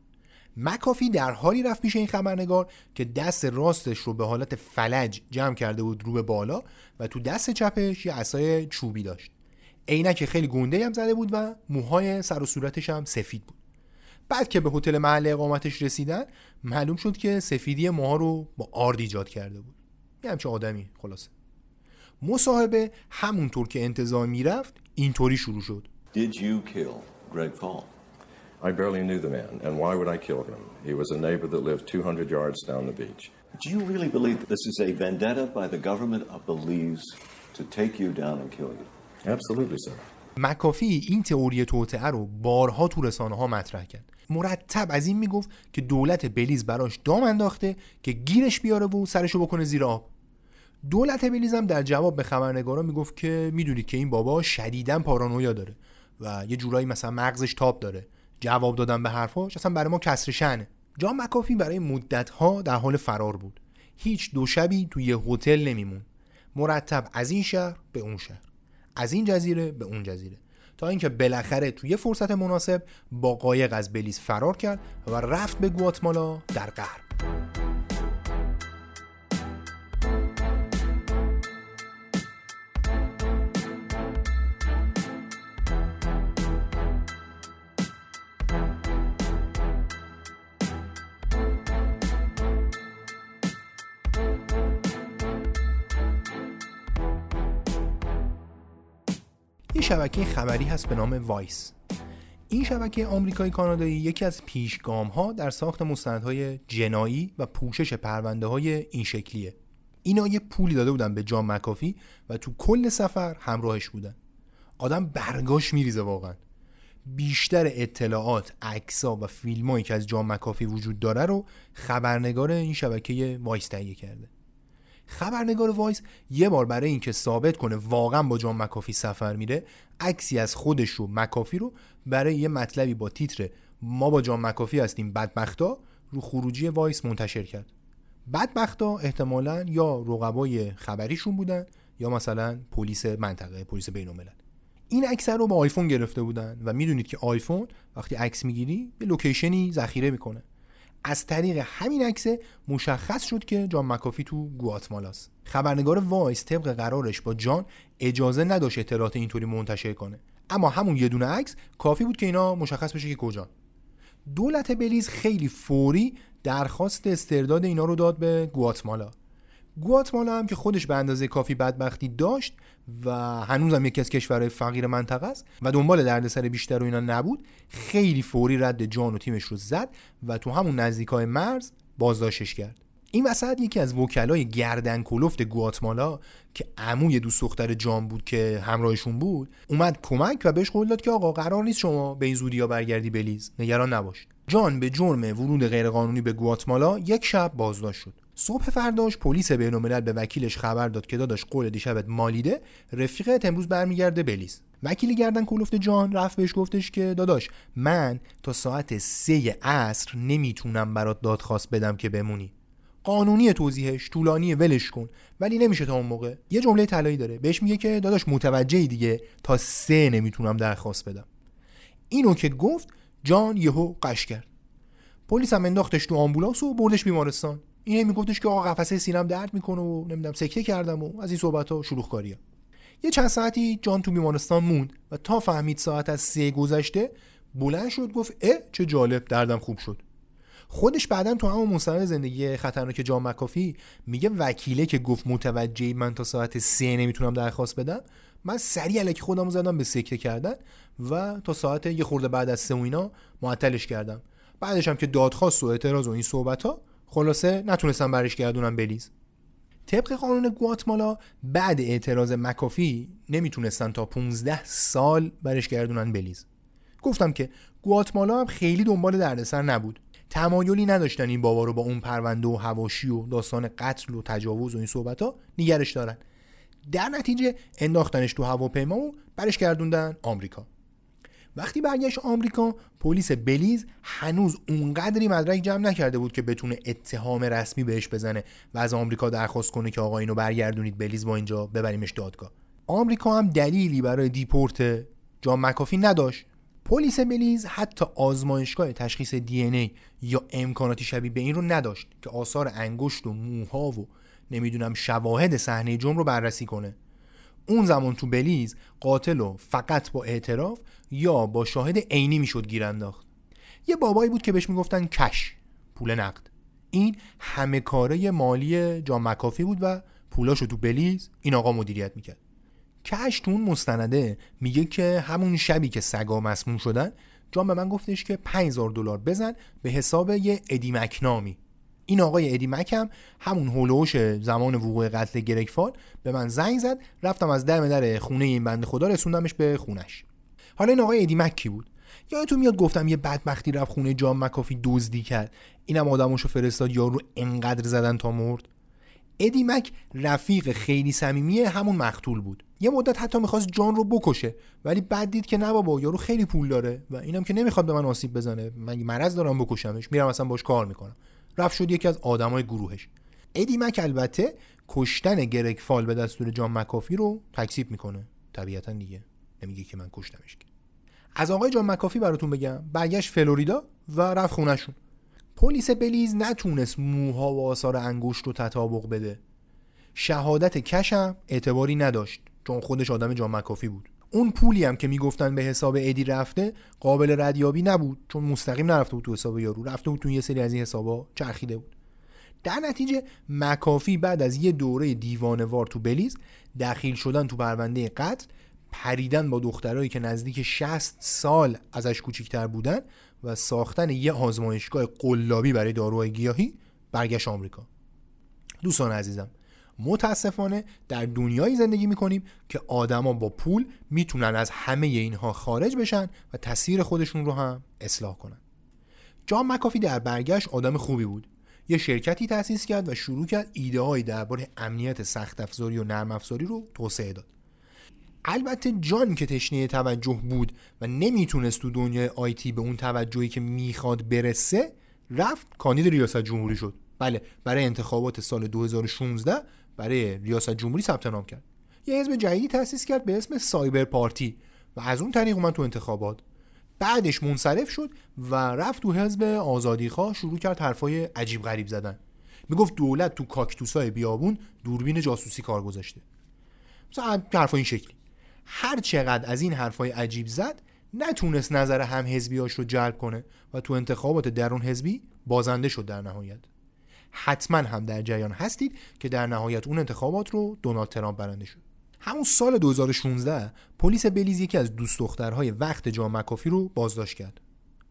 مکافی در حالی رفت پیش این خبرنگار که دست راستش رو به حالت فلج جمع کرده بود رو به بالا و تو دست چپش یه عصای چوبی داشت. عینک خیلی گنده هم زده بود و موهای سر و صورتش هم سفید بود. بعد که به هتل محل اقامتش رسیدن معلوم شد که سفیدی موها رو با آرد ایجاد کرده بود. یه همچه آدمی خلاصه. مصاحبه همونطور که انتظار میرفت اینطوری شروع شد. Did you kill Greg Paul? I barely knew the man, and why would I kill him? He was a neighbor that lived two hundred yards down the beach. Do you really believe that this is a vendetta by the government of Belize to take you down and kill you? Absolutely, sir. مکافی این تئوری توطئه رو بارها تو رسانه‌ها مطرح کرد. مرتب از این میگفت که دولت بلیز براش دام انداخته که گیرش بیاره و سرشو بکنه زیر آب. دولت بلیز هم در جواب به خبرنگارا میگفت که میدونید که این بابا شدیداً پارانویا داره و یه جورایی مثلا مغزش تاب داره. جواب دادن به حرفاش اصلا برای ما کسر شأنه. جان مکافی برای مدت‌ها در حال فرار بود. هیچ دو شبی توی یه هتل نمیمون. مرتب از این شهر به اون شهر، از این جزیره به اون جزیره، تا اینکه بالاخره توی فرصت مناسب با قایق از بلیز فرار کرد و رفت به گواتمالا در غرب. یه شبکه خبری هست به نام وایس. این شبکه آمریکایی کانادایی یکی از پیشگام‌ها در ساخت مستندهای جنایی و پوشش پرونده‌های این شکلیه. اینا یه پولی داده بودن به جان مکافی و تو کل سفر همراهش بودن. آدم برگاش میریزه واقعا. بیشتر اطلاعات، عکس‌ها و فیلمایی که از جان مکافی وجود داره رو خبرنگار این شبکه وایس تهیه کرده. خبرنگار وایس یه بار برای اینکه ثابت کنه واقعا با جان مکافی سفر میره، عکسی از خودش و مکافی رو برای یه مطلبی با تیتر ما با جان مکافی هستیم بدبختا رو خروجی وایس منتشر کرد. بدبختا احتمالاً یا رقبای خبریشون بودن یا مثلا پلیس منطقه، پلیس بین‌الملل. این عکس رو با آیفون گرفته بودن و میدونید که آیفون وقتی عکس میگیری به لوکیشنی ذخیره میکنه. از طریق همین عکس مشخص شد که جان مکافی تو گواتمالاست. خبرنگار وایس طبق قرارش با جان اجازه نداشت اطلاعات اینطوری منتشر کنه، اما همون یه دونه عکس کافی بود که اینا مشخص بشه که کجان. دولت بلیز خیلی فوری درخواست استرداد اینا رو داد به گواتمالا. گواتمالا هم که خودش به اندازه کافی بدبختی داشت و هنوزم یکی از کشورهای فقیر منطقه است و دنبال دردسر بیشتر و اینا نبود، خیلی فوری رد جان و تیمش رو زد و تو همون نزدیکای مرز بازداشتش کرد. این وسط یکی از وکلای گردن کلفت گواتمالا که عموی دوست دختر جان بود که همراهشون بود اومد کمک و بهش قول داد که آقا قرار نیست شما به این زودیا برگردی بلیز، نگران نباش. جان به جرم ورود غیرقانونی به گواتمالا یک شب بازداشت شد. صبح فرداش پلیس بین‌الملل به وکیلش خبر داد که داداش قول دیشبت مالیده، رفیقت امروز برمیگرده بلیز. وکیل گردن کلفت جان رفت بهش گفتش که داداش من تا ساعت سه عصر نمیتونم برات دادخواست بدم که بمونی. قانونی توضیحش، طولانی، ولش کن، ولی نمیشه تا اون موقع. یه جمله طلایی داره بهش میگه که داداش متوجهی دیگه تا سه نمیتونم درخواست بدم. اینو که گفت جان یهو قش کرد. پلیس هم انداختش تو آمبولانس و بردش بیمارستان. این میگفتش که آقا قفسه سینم درد میکنه و نمیدونم سکته کردم و از این صحبت‌ها شلوغ‌کاریه. یه چند ساعتی جان تو بیمارستان موند و تا فهمید ساعت از سه گذشته بلند شد گفت اه چه جالب دردم خوب شد. خودش بعدن تو همون مستند زندگی خطرناک جان مکافی میگه وکیله که گفت متوجهی من تا ساعت سه نمیتونم درخواست بدم، من سریع الکی خودمو زدم به سکته کردن و تا ساعت یه خورده بعد از سه و اینا معطلش کردم. بعدش هم که دادخواست و اعتراض و این صحبت‌ها خلاصه نتونستم برش گردونم بلیز. طبق قانون گواتمالا بعد اعتراض مکافی نمیتونستن تا پونزده سال برش گردونن بلیز. گفتم که گواتمالا هم خیلی دنبال دردسر نبود. تمایلی نداشتن این بابا رو با اون پرونده و حواشی و داستان قتل و تجاوز و این صحبت‌ها نگرش دارن. در نتیجه انداختنش تو هواپیما و برش گردوندن آمریکا. وقتی برگشت آمریکا، پلیس بلیز هنوز اونقدری مدرک جمع نکرده بود که بتونه اتهام رسمی بهش بزنه و از آمریکا درخواست کنه که آقا اینو برگردونید بلیز با اینجا ببریمش دادگاه. آمریکا هم دلیلی برای دیپورت جان مکافی نداشت. پلیس بلیز حتی آزمایشگاه تشخیص دی ان ای یا امکاناتی شبیه به این رو نداشت که آثار انگشت و موها و نمیدونم شواهد صحنه جرم رو بررسی کنه. اون زمان تو بلیز قاتل رو فقط با اعتراف یا با شاهد عینی میشد گیر انداخت. یه بابایی بود که بهش میگفتن کش، پول نقد. این همه کاره مالی جان مکافی بود و پولاشو تو بلیز این آقا مدیریت میکرد. کش تو اون مستنده میگه که همون شبی که سگا مسموم شدن جان به من گفتش که پنج هزار دلار بزن به حساب یه ادی مک نامی. این آقای ادی مک هم همون هولوش زمان وقوع قتل گرگ فال به من زنگ زد، رفتم از دم در خونه این بنده خدا رسوندمش به خونش. حالا این آقای ادی مک کی بود؟ یادتون میاد گفتم یه بدبختی رفت خونه جان مکافی دزدی کرد، اینم آدماشو فرستاد یارو انقدر زدن تا مرد. ادی مک رفیق خیلی صمیمی همون مقتول بود. یه مدت حتی میخواست جان رو بکشه ولی بعد دید که نه بابا یارو خیلی پول داره و اینم که نمیخواد به من آسیب بزنه، من مرض دارم بکشمش، میرم اصلا باش کار میکنم. رفت شد یکی از آدمای گروهش. ادی مک البته کشتن گرگ فال به دستور جان مکافی رو تکذیب میکنه. طبیعتا دیگه نمیگه که من کشتمش. از آقای جان مکافی براتون بگم، برگشت فلوریدا و رفت خونهشون. پلیس بلیز نتونست موها و آثار انگشت رو تطابق بده. شهادت کشم اعتباری نداشت چون خودش آدم جان مکافی بود. اون پولی هم که میگفتن به حساب ادی رفته قابل ردیابی نبود چون مستقیم نرفته بود تو حساب یارو، رفته بود تو یه سری از این حسابا چرخیده بود. در نتیجه مکافی بعد از یه دوره دیوانه‌وار تو بلیز، دخیل شدن تو پرونده قتل، پریدن با دخترایی که نزدیک شصت سال ازش کوچیک‌تر بودن و ساختن یه آزمایشگاه قلابی برای داروهای گیاهی، برگشت آمریکا. دوستان عزیزم، متاسفانه در دنیایی زندگی میکنیم که آدما با پول میتونن از همه اینها خارج بشن و تاثیر خودشون رو هم اصلاح کنن. جان مکافی در برگشت آدم خوبی بود. یه شرکتی تأسیس کرد و شروع کرد ایده‌هایی درباره امنیت سخت افزاری و نرم افزاری رو توسعه داد. البته جان که تشنه توجه بود و نمیتونست تو دنیای آیتی به اون توجهی که میخواد برسه، رفت کاندید ریاست جمهوری شد. بله، برای انتخابات سال دو هزار و شانزده برای ریاست جمهوری ثبت نام کرد. یه حزب جدیدی تأسیس کرد به اسم سایبر پارتی و از اون طریق اومد تو انتخابات. بعدش منصرف شد و رفت تو حزب آزادیخواه، شروع کرد حرفای عجیب غریب زدن. میگفت دولت تو کاکتوسای بیابون دوربین جاسوسی کار گذاشته. مثلا حرفای این شکلی. هر چقدر از این حرفای عجیب زد، نتونست نظر هم حزبیاش رو جلب کنه و تو انتخابات درون حزبی بازنده شد. در نهایت حتما هم در جریان هستید که در نهایت اون انتخابات رو دونالد ترامپ برنده شد. همون سال دو هزار و شانزده پلیس بلیز یکی از دوست دخترهای وقت جان مکافی رو بازداشت کرد.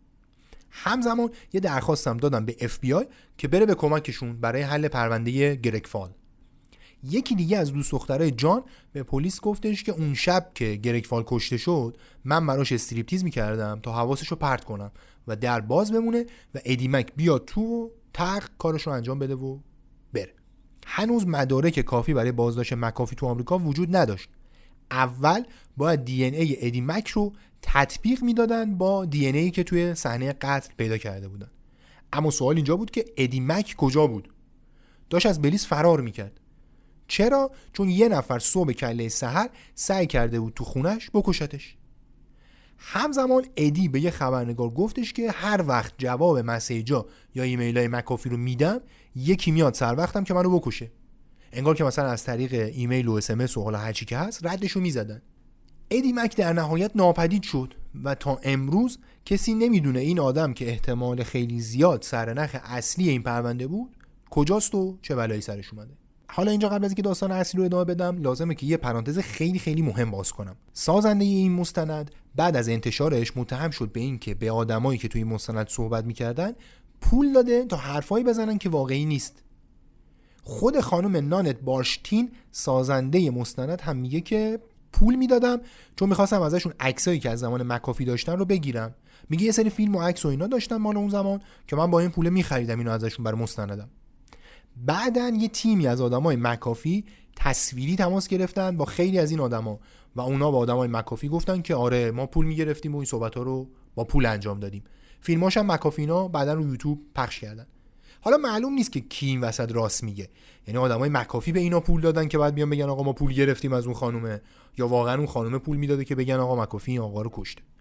همزمان یه درخواستم دادن به اف بی آی که بره به کمکشون برای حل پرونده گرگ فال. یکی دیگه از دوست دخترای جان به پلیس گفتش که اون شب که گرگ فال کشته شد، من براش استریپتیز میکردم تا حواسشو پرت کنم و در باز بمونه و ادی مک بیاد تو و تق کارشو انجام بده و بره. هنوز مدارک کافی برای بازداشت مکافی تو آمریکا وجود نداشت. اول باید دی ان ای ادی مک رو تطبیق میدادن با دی ان ای که توی صحنه قتل پیدا کرده بودن. اما سوال اینجا بود که ادی مک کجا بود؟ داشت از بلیز فرار میکرد. چرا؟ چون یه نفر صبح کله سحر سعی کرده بود تو خونش بکشتش. همزمان ادی به یه خبرنگار گفتش که هر وقت جواب مسیجا یا ایمیلای مکافی رو میدم، یکی میاد سر وقتم که منو بکشه. انگار که مثلا از طریق ایمیل و اس ام اس و حالا هر چی که هست ردشو میزدن. ادی مک در نهایت ناپدید شد و تا امروز کسی نمیدونه این آدم که احتمال خیلی زیاد سرنخ اصلی این پرونده بود کجاست و چه بلایی سرش اومده. حالا اینجا قبل از اینکه داستان اصلی رو ادامه بدم لازمه که یه پرانتز خیلی خیلی مهم باز کنم. سازنده این مستند بعد از انتشارش متهم شد به این که به آدمایی که توی این مستند صحبت می‌کردن پول داده تا حرفایی بزنن که واقعی نیست. خود خانم نانت بارشتین سازنده مستند هم میگه که پول میدادم چون می‌خواستم ازشون عکسایی که از زمان مکافی داشتن رو بگیرم. میگه یه سری فیلم و عکس و اینا داشتن مال اون زمان که من با این پول می‌خریدم اینو ازشون برای مستندم. بعدن یه تیمی از آدمای مکافی تصویری تماس گرفتن با خیلی از این آدما و اونا با آدمای مکافی گفتن که آره ما پول میگرفتیم و این صحبت‌ها رو با پول انجام دادیم. فیلماش هم مکافینا بعدن رو یوتیوب پخش کردن. حالا معلوم نیست که کی این وسط راست میگه، یعنی آدمای مکافی به اینا پول دادن که بعد بیان بگن آقا ما پول گرفتیم از اون خانومه، یا واقعا اون خانومه پول میداده که بگن آقا مکافی این آقا رو کشته.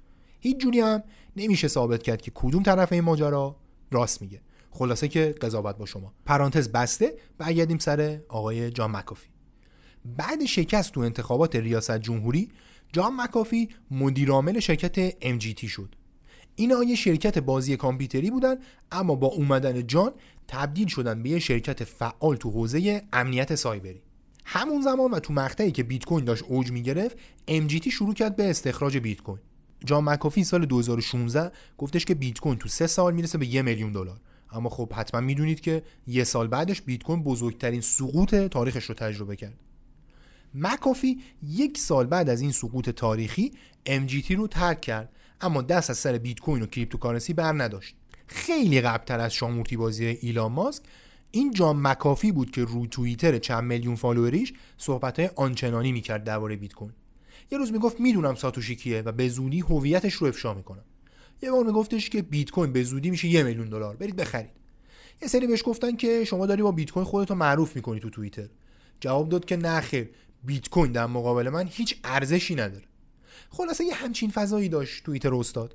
هیچ جوری هم نمیشه ثابت کرد که کدوم طرف این ماجرا راست میگه. خلاصه که قضاوت با شما. پرانتز بسته، برگردیم سر آقای جان مکافی. بعد شکست تو انتخابات ریاست جمهوری، جان مکافی مدیر عامل شرکت ام جی تی شد. اینا یه شرکت بازی کامپیوتری بودن، اما با اومدن جان تبدیل شدن به یه شرکت فعال تو حوزه امنیت سایبری. همون زمان و تو مقطعی که بیت کوین داشت اوج میگرفت، ام جی تی شروع کرد به استخراج بیت کوین. جان مکافی سال دو هزار و شانزده گفتش که بیت کوین تو سه سال میرسه به یه میلیون دلار. اما خب حتما میدونید که یه سال بعدش بیت کوین بزرگترین سقوط تاریخش رو تجربه کرد. مکافی یک سال بعد از این سقوط تاریخی ام جی تی رو ترک کرد، اما دست از سر بیت کوین و کریپتوکارنسی بر نداشت. خیلی قبل‌تر از شامورتی بازی ایلان ماسک، این جان مکافی بود که رو توییتر چند میلیون فالووریش صحبت‌های آنچنانی می‌کرد درباره بیت کوین. یه روز میگفت میدونم ساتوشی کیه و به زودی هویتش رو افشا میکنم. یه بار میگفتش که بیت کوین به زودی میشه یه میلیون دلار، برید بخرید. یه سری بهش گفتن که شما داری با بیت کوین خودتو معروف میکنی تو توییتر. جواب داد که نه خیر، بیت کوین در مقابل من هیچ ارزشی نداره. خلاصه یه همچین فضایی داشت توییتر استاد.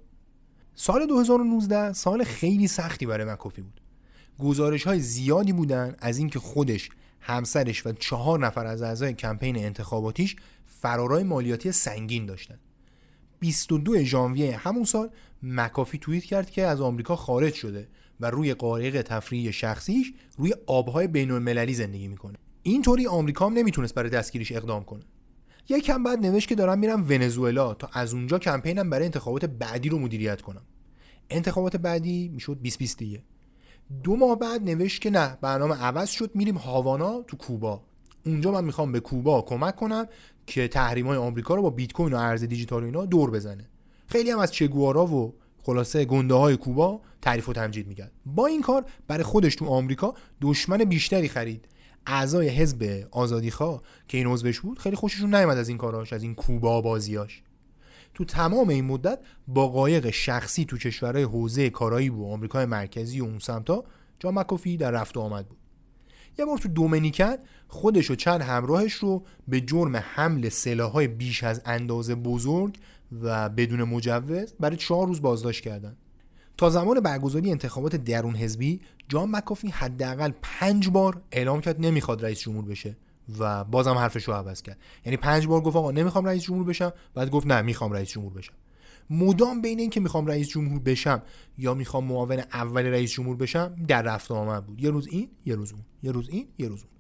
سال دو هزار و نوزده سال خیلی سختی برای مکافی بود. گزارش‌های زیادی بودن از اینکه خودش، همسرش و چهار نفر از اعضای کمپین انتخاباتیش فرارای مالیاتی سنگین داشتن. بیست و دوم ژانویه همون سال مکافی توییت کرد که از آمریکا خارج شده و روی قایق تفریحی شخصیش روی آبهای بین‌المللی زندگی میکنه. اینطوری آمریکا هم نمیتونست برای دستگیریش اقدام کنه. یکم بعد نوشت که دارم میرم ونزوئلا تا از اونجا کمپینم برای انتخابات بعدی رو مدیریت کنم. انتخابات بعدی میشد بیست بیست دیگه. دو ماه بعد نوشت که نه، برنامه عوض شد، میریم هاوانا تو کوبا. اونجا من میخوام به کوبا کمک کنم که تحریم‌های آمریکا رو با بیت کوین و ارز دیجیتال و اینا دور بزنه. خیلی هم از چگوارا و خلاصه گنده‌های کوبا تعریف و تمجید می‌کرد. با این کار برای خودش تو آمریکا دشمن بیشتری خرید. اعضای حزب آزادیخواه که این عضوش بود خیلی خوششون نیامد از این کاراش، از این کوبا بازیاش. تو تمام این مدت با قایق شخصی تو کشورهای حوزه کارائیب و آمریکای مرکزی و اون سمتا جان مکافی در رفت و آمد بود. یه بار تو دومینیکن خودش و چند همراهش رو به جرم حمل سلاح‌های بیش از اندازه بزرگ و بدون مجوز برای چهار روز بازداشت کردن. تا زمان برگزاری انتخابات درون حزبی جان مکافی حداقل پنج بار اعلام کرد نمیخواد رئیس جمهور بشه و بازم حرفش رو عوض کرد. یعنی پنج بار گفت آقا نمیخوام رئیس جمهور بشم، بعد گفت نه میخوام رئیس جمهور بشم. مدام بین این که میخوام رئیس جمهور بشم یا میخوام معاون اول رئیس جمهور بشم در رفت و آمد بود. یه روز این، یه روز اون، یه روز این، یه روز اون.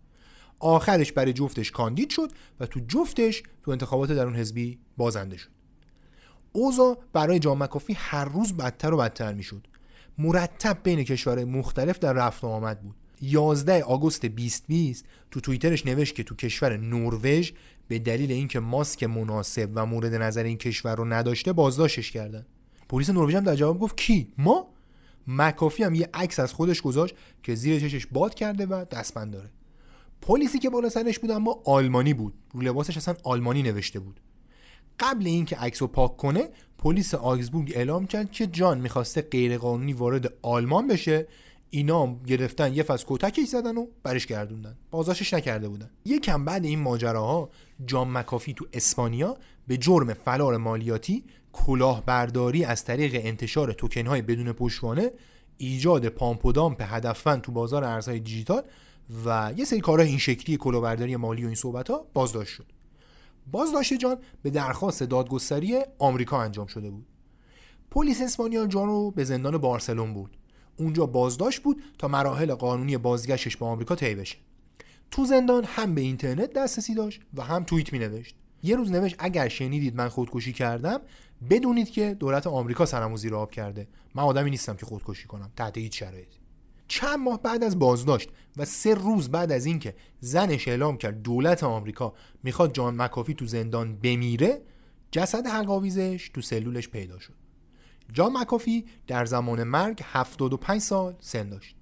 آخرش برای جفتش کاندید شد و تو جفتش تو انتخابات درون حزبی بازنده شد. اوضاع برای جان مکافی هر روز بدتر و بدتر میشد. مرتب بین کشورهای مختلف در رفت و آمد بود. یازده آگوست بیست بیست تو توییترش نوشت که تو کشور نروژ به دلیل اینکه ماسک مناسب و مورد نظر این کشور رو نداشته بازداشتش کردن. پلیس نروژ هم در جواب گفت کی؟ ما؟ مکافی هم یه عکس از خودش گذاشت که زیر چشش باد کرده و دستبند داره. پلیسی که بالا سرش بود اما آلمانی بود. رو لباسش اصلا آلمانی نوشته بود. قبل اینکه عکسو پاک کنه، پلیس آگزبورگ اعلام کرد که جان میخواسته غیرقانونی وارد آلمان بشه. اینا گرفتن یه فاز کتکش زدن و برش گردوندن. بازداشتش نکرده بودن. یکم بعد این ماجراها جان مکافی تو اسپانیا به جرم فرار مالیاتی، کلاهبرداری از طریق انتشار توکن‌های بدون پشتوانه، ایجاد پامپ و دامپ هدفمند تو بازار ارزهای دیجیتال و یه سری کارهای این شکلی کلاهبرداری مالی و این صحبت‌ها بازداشت شد. بازداشت جان به درخواست دادگستری آمریکا انجام شده بود. پلیس اسپانیا جان رو به زندان بارسلون برد. اونجا بازداشت بود تا مراحل قانونی بازگشتش به آمریکا طی بشه. تو زندان هم به اینترنت دسترسی داشت و هم توییت می‌نوشت. یه روز نوشت اگر شنیدید من خودکشی کردم بدونید که دولت آمریکا سرمو زیر آب کرده. من آدمی نیستم که خودکشی کنم تحت هیچ شرایطی. چند ماه بعد از بازداشت و سه روز بعد از اینکه زنش اعلام کرد دولت آمریکا میخواد جان مکافی تو زندان بمیره، جسد حلق‌آویزش تو سلولش پیدا شد. جان مکافی در زمان مرگ هفتاد و پنج سال سن داشت.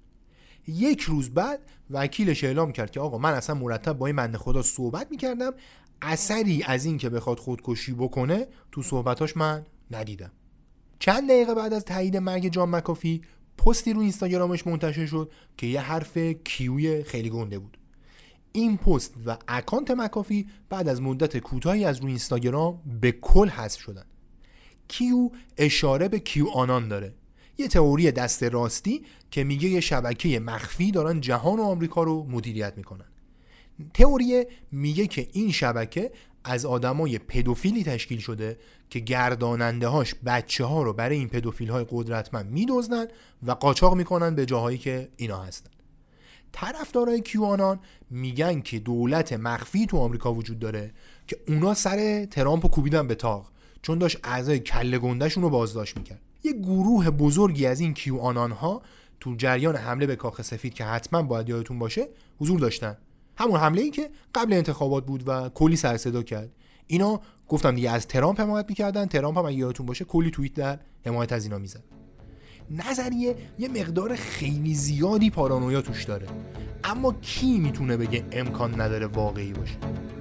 یک روز بعد وکیلش اعلام کرد که آقا من اصلا مرتب با این بنده خدا صحبت میکردم، اثری از این که بخواد خودکشی بکنه تو صحبتاش من ندیدم. چند دقیقه بعد از تایید مرگ جان مکافی پستی رو اینستاگرامش منتشر شد که یه حرف کیوی خیلی گنده بود. این پست و اکانت مکافی بعد از مدت کوتاهی از روی اینستاگرام به کل حذف شدن. کیو اشاره به کیو آنان داره، یه تئوری دست راستی که میگه یه شبکه مخفی دارن جهان و آمریکا رو مدیریت میکنن. تئوری میگه که این شبکه از آدمای پدوفیلی تشکیل شده که گرداننده هاش بچه ها رو برای این پدوفیل های قدرتمند میدزدن و قاچاق میکنن به جاهایی که اینا هستن. طرفدارای کیوانان میگن که دولت مخفی تو آمریکا وجود داره که اونا سر ترامپو کوبیدن به تاق چون داشت اعضای کله گنده‌شون رو بازداشت میکرد. یه گروه بزرگی از این کیوانان ها تو جریان حمله به کاخ سفید که حتما باید یادتون باشه حضور داشتن، همون حمله ای که قبل انتخابات بود و کلی سر صدا کرد. اینا گفتم دیگه از ترامپ حمایت میکردن، ترامپ هم اگه یادتون باشه کلی توییت در حمایت از اینا میزد. نظریه یه مقدار خیلی زیادی پارانویا توش داره، اما کی میتونه بگه امکان نداره واقعی باشه؟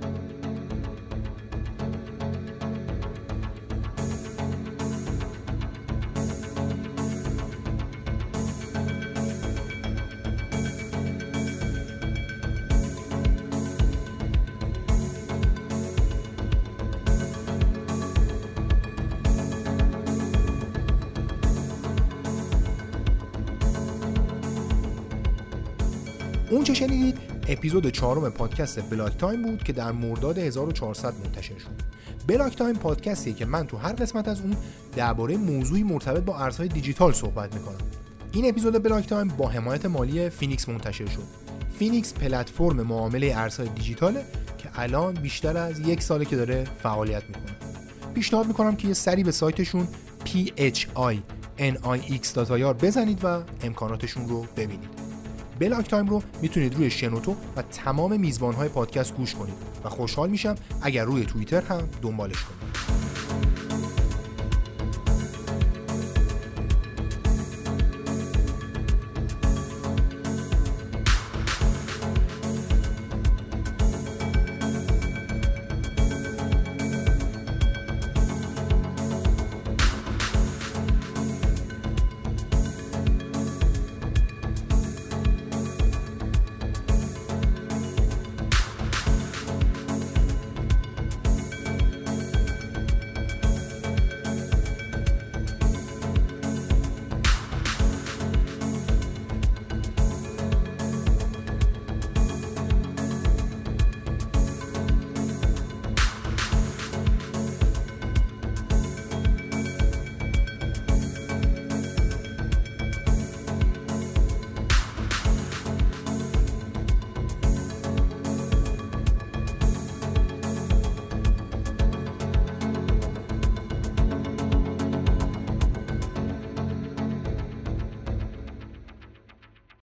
اون چه شنیدید اپیزود چهارم پادکست بلاک تایم بود که در مرداد هزار و چهارصد منتشر شد. بلاک تایم پادکستیه که من تو هر قسمت از اون درباره موضوعی مرتبط با ارزهای دیجیتال صحبت میکنم. این اپیزود بلاک تایم با حمایت مالی فینیکس منتشر شد. فینیکس پلتفرم معامله ارزهای دیجیتاله که الان بیشتر از یک ساله که داره فعالیت میکنه. پیشنهاد میکنم که یه سری به سایتشون پی اچ آی ان آی ایکس دات آی آر بزنید و امکاناتشون رو ببینید. بلاک تایم رو میتونید روی شنوتو و تمام میزبان‌های پادکست گوش کنید و خوشحال میشم اگر روی توییتر هم دنبالش کنید.